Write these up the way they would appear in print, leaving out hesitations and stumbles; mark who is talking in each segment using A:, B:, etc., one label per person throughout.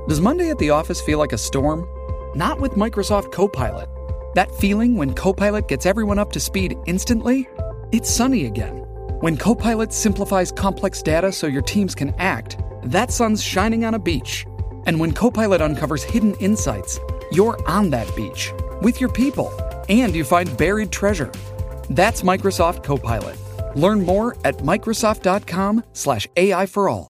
A: Does Monday at the office feel like a storm? Not with Microsoft Copilot. That feeling when Copilot gets everyone up to speed instantly? It's sunny again. When Copilot simplifies complex data so your teams can act, that sun's shining on a beach. And when Copilot uncovers hidden insights, you're on that beach with your people, and you find buried treasure. That's Microsoft Copilot. Learn more at Microsoft.com/AI for all.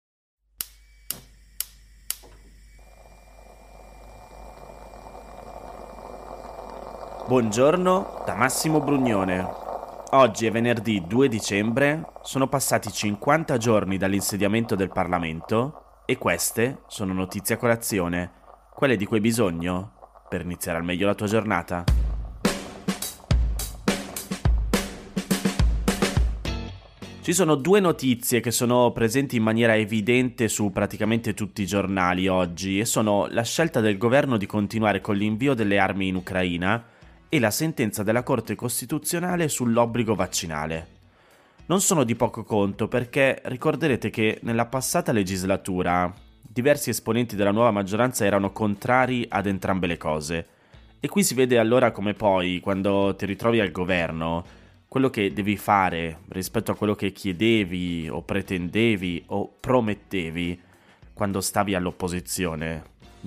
B: Buongiorno da Massimo Brugnone. Oggi è venerdì 2 dicembre, sono passati 50 giorni dall'insediamento del Parlamento e queste sono notizie a colazione, quelle di cui hai bisogno per iniziare al meglio la tua giornata. Ci sono due notizie che sono presenti in maniera evidente su praticamente tutti i giornali oggi e sono la scelta del governo di continuare con l'invio delle armi in Ucraina e la sentenza della Corte Costituzionale sull'obbligo vaccinale. Non sono di poco conto perché ricorderete che nella passata legislatura diversi esponenti della nuova maggioranza erano contrari ad entrambe le cose. E qui si vede allora come poi, quando ti ritrovi al governo, quello che devi fare rispetto a quello che chiedevi o pretendevi o promettevi quando stavi all'opposizione,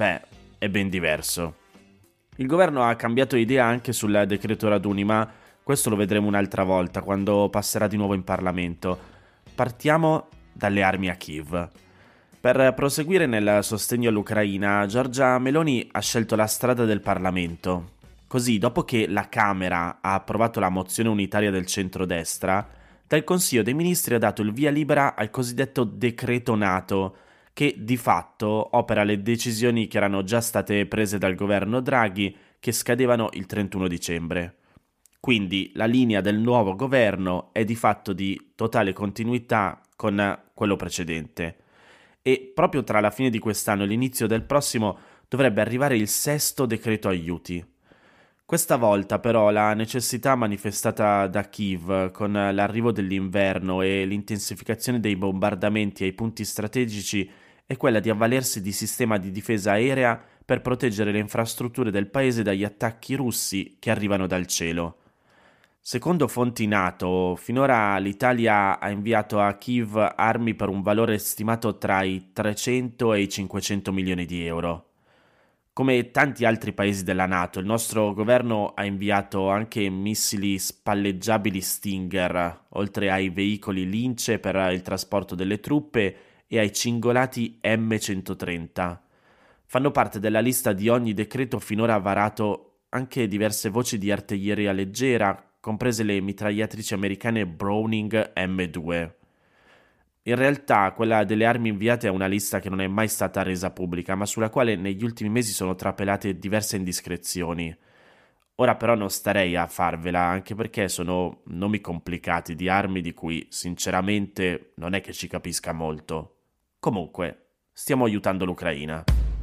B: è ben diverso. Il governo ha cambiato idea anche sul decreto raduni, ma questo lo vedremo un'altra volta, quando passerà di nuovo in Parlamento. Partiamo dalle armi a Kiev. Per proseguire nel sostegno all'Ucraina, Giorgia Meloni ha scelto la strada del Parlamento. Così, dopo che la Camera ha approvato la mozione unitaria del centrodestra, dal Consiglio dei Ministri ha dato il via libera al cosiddetto decreto NATO, che di fatto opera le decisioni che erano già state prese dal governo Draghi, che scadevano il 31 dicembre. Quindi la linea del nuovo governo è di fatto di totale continuità con quello precedente. E proprio tra la fine di quest'anno e l'inizio del prossimo dovrebbe arrivare il sesto decreto aiuti. Questa volta però la necessità manifestata da Kiev con l'arrivo dell'inverno e l'intensificazione dei bombardamenti ai punti strategici è quella di avvalersi di sistema di difesa aerea per proteggere le infrastrutture del paese dagli attacchi russi che arrivano dal cielo. Secondo fonti NATO, finora l'Italia ha inviato a Kiev armi per un valore stimato tra i 300 e i 500 milioni di euro. Come tanti altri paesi della NATO, il nostro governo ha inviato anche missili spalleggiabili Stinger, oltre ai veicoli Lince per il trasporto delle truppe e ai cingolati M130. Fanno parte della lista di ogni decreto finora varato anche diverse voci di artiglieria leggera, comprese le mitragliatrici americane Browning M2. In realtà quella delle armi inviate è una lista che non è mai stata resa pubblica, ma sulla quale negli ultimi mesi sono trapelate diverse indiscrezioni. Ora però non starei a farvela, anche perché sono nomi complicati di armi di cui sinceramente non è che ci capisca molto. Comunque, stiamo aiutando l'Ucraina.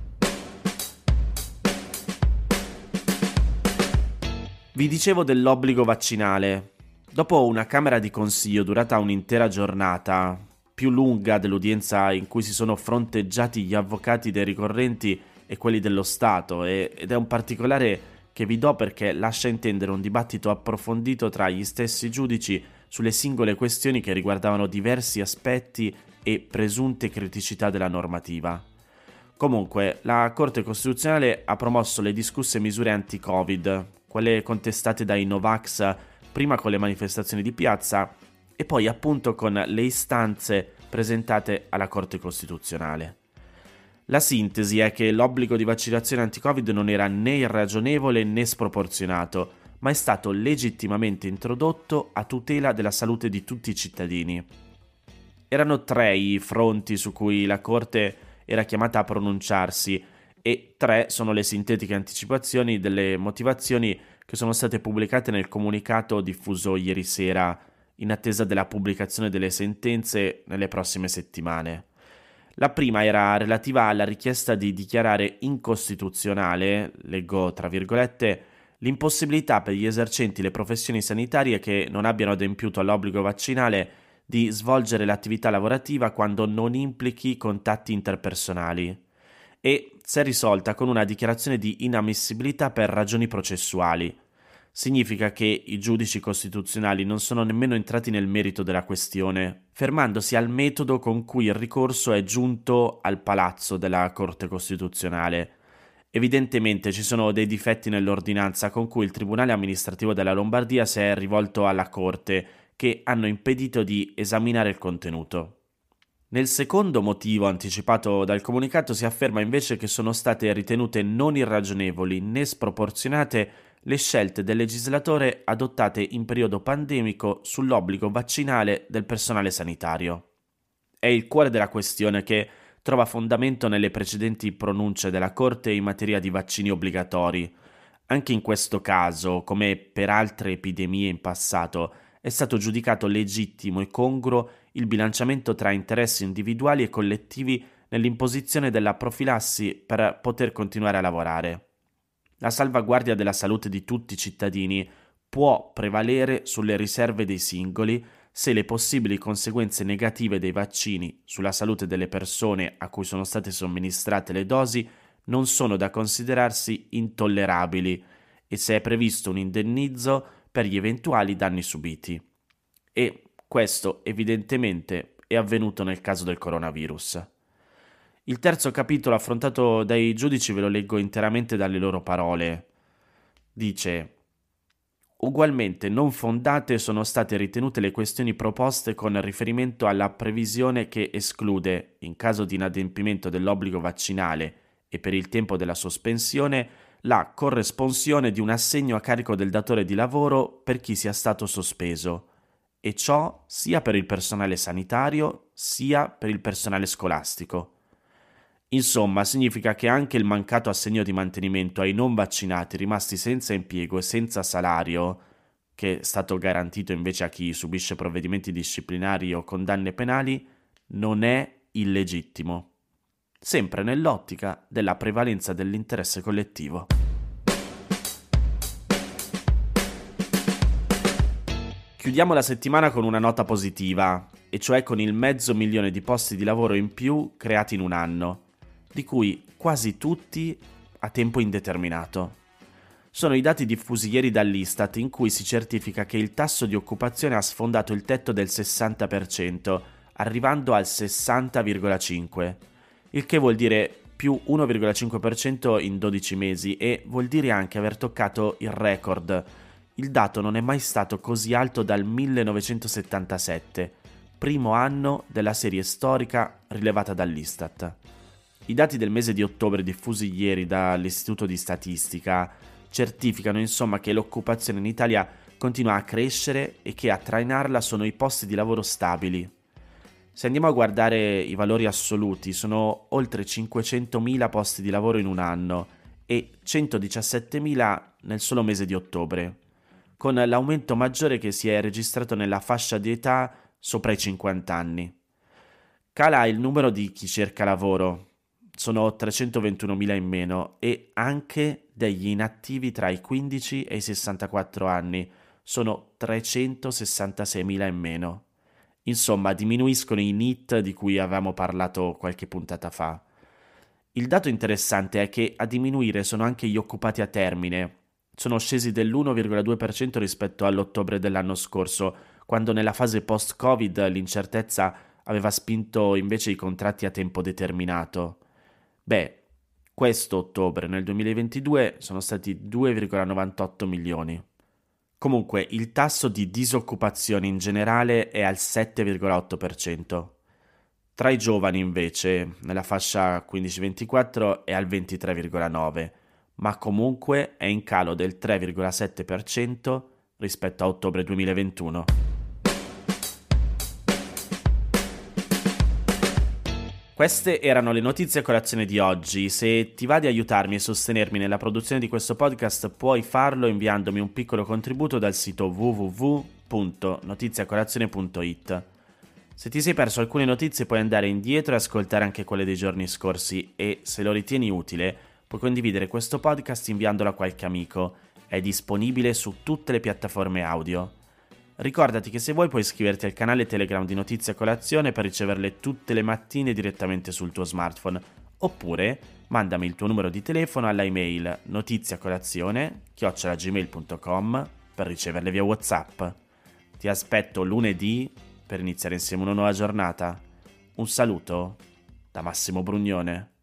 B: Vi dicevo dell'obbligo vaccinale. Dopo una camera di consiglio durata un'intera giornata, più lunga dell'udienza in cui si sono fronteggiati gli avvocati dei ricorrenti e quelli dello Stato, ed è un particolare che vi do perché lascia intendere un dibattito approfondito tra gli stessi giudici sulle singole questioni che riguardavano diversi aspetti e presunte criticità della normativa. Comunque, la Corte Costituzionale ha promosso le discusse misure anti-Covid, quelle contestate dai Novax prima con le manifestazioni di piazza e poi appunto con le istanze presentate alla Corte Costituzionale. La sintesi è che l'obbligo di vaccinazione anti-Covid non era né irragionevole né sproporzionato, ma è stato legittimamente introdotto a tutela della salute di tutti i cittadini. Erano 3 i fronti su cui la Corte era chiamata a pronunciarsi e 3 sono le sintetiche anticipazioni delle motivazioni che sono state pubblicate nel comunicato diffuso ieri sera in attesa della pubblicazione delle sentenze nelle prossime settimane. La prima era relativa alla richiesta di dichiarare incostituzionale, leggo tra virgolette, l'impossibilità per gli esercenti le professioni sanitarie che non abbiano adempiuto all'obbligo vaccinale di svolgere l'attività lavorativa quando non implichi contatti interpersonali. e si è risolta con una dichiarazione di inammissibilità per ragioni processuali. Significa che i giudici costituzionali non sono nemmeno entrati nel merito della questione, fermandosi al metodo con cui il ricorso è giunto al palazzo della Corte Costituzionale. Evidentemente ci sono dei difetti nell'ordinanza con cui il Tribunale amministrativo della Lombardia si è rivolto alla Corte, che hanno impedito di esaminare il contenuto. Nel secondo motivo anticipato dal comunicato si afferma invece che sono state ritenute non irragionevoli né sproporzionate le scelte del legislatore adottate in periodo pandemico sull'obbligo vaccinale del personale sanitario. È il cuore della questione che trova fondamento nelle precedenti pronunce della Corte in materia di vaccini obbligatori. Anche in questo caso, come per altre epidemie in passato, è stato giudicato legittimo e congruo il bilanciamento tra interessi individuali e collettivi nell'imposizione della profilassi per poter continuare a lavorare. La salvaguardia della salute di tutti i cittadini può prevalere sulle riserve dei singoli se le possibili conseguenze negative dei vaccini sulla salute delle persone a cui sono state somministrate le dosi non sono da considerarsi intollerabili e se è previsto un indennizzo per gli eventuali danni subiti. E questo evidentemente è avvenuto nel caso del coronavirus. Il terzo capitolo affrontato dai giudici ve lo leggo interamente dalle loro parole. Dice: ugualmente non fondate sono state ritenute le questioni proposte con riferimento alla previsione che esclude, in caso di inadempimento dell'obbligo vaccinale e per il tempo della sospensione, la corresponsione di un assegno a carico del datore di lavoro per chi sia stato sospeso, e ciò sia per il personale sanitario sia per il personale scolastico. Insomma, significa che anche il mancato assegno di mantenimento ai non vaccinati rimasti senza impiego e senza salario, che è stato garantito invece a chi subisce provvedimenti disciplinari o condanne penali, non è illegittimo, sempre nell'ottica della prevalenza dell'interesse collettivo. Chiudiamo la settimana con una nota positiva, e cioè con il 500.000 di posti di lavoro in più creati in un anno, di cui quasi tutti a tempo indeterminato. Sono i dati diffusi ieri dall'Istat, in cui si certifica che il tasso di occupazione ha sfondato il tetto del 60%, arrivando al 60,5%, il che vuol dire più 1,5% in 12 mesi e vuol dire anche aver toccato il record. Il dato non è mai stato così alto dal 1977, primo anno della serie storica rilevata dall'Istat. I dati del mese di ottobre diffusi ieri dall'Istituto di Statistica certificano insomma che l'occupazione in Italia continua a crescere e che a trainarla sono i posti di lavoro stabili. Se andiamo a guardare i valori assoluti, sono oltre 500.000 posti di lavoro in un anno e 117.000 nel solo mese di ottobre, con l'aumento maggiore che si è registrato nella fascia di età sopra i 50 anni. Cala il numero di chi cerca lavoro, sono 321.000 in meno, e anche degli inattivi tra i 15 e i 64 anni, sono 366.000 in meno. Insomma, diminuiscono i NEET di cui avevamo parlato qualche puntata fa. Il dato interessante è che a diminuire sono anche gli occupati a termine. Sono scesi dell'1,2% rispetto all'ottobre dell'anno scorso, quando nella fase post-Covid l'incertezza aveva spinto invece i contratti a tempo determinato. Questo ottobre nel 2022 sono stati 2,98 milioni. Comunque, il tasso di disoccupazione in generale è al 7,8%. Tra i giovani, invece, nella fascia 15-24 è al 23,9%, ma comunque è in calo del 3,7% rispetto a ottobre 2021. Queste erano le notizie a colazione di oggi. Se ti va di aiutarmi e sostenermi nella produzione di questo podcast, puoi farlo inviandomi un piccolo contributo dal sito www.notiziacolazione.it. Se ti sei perso alcune notizie puoi andare indietro e ascoltare anche quelle dei giorni scorsi, e se lo ritieni utile puoi condividere questo podcast inviandolo a qualche amico. È disponibile su tutte le piattaforme audio. Ricordati che se vuoi puoi iscriverti al canale Telegram di Notizie a Colazione per riceverle tutte le mattine direttamente sul tuo smartphone, oppure mandami il tuo numero di telefono alla email notiziacolazione@gmail.com per riceverle via WhatsApp. Ti aspetto lunedì per iniziare insieme una nuova giornata. Un saluto da Massimo Brugnone.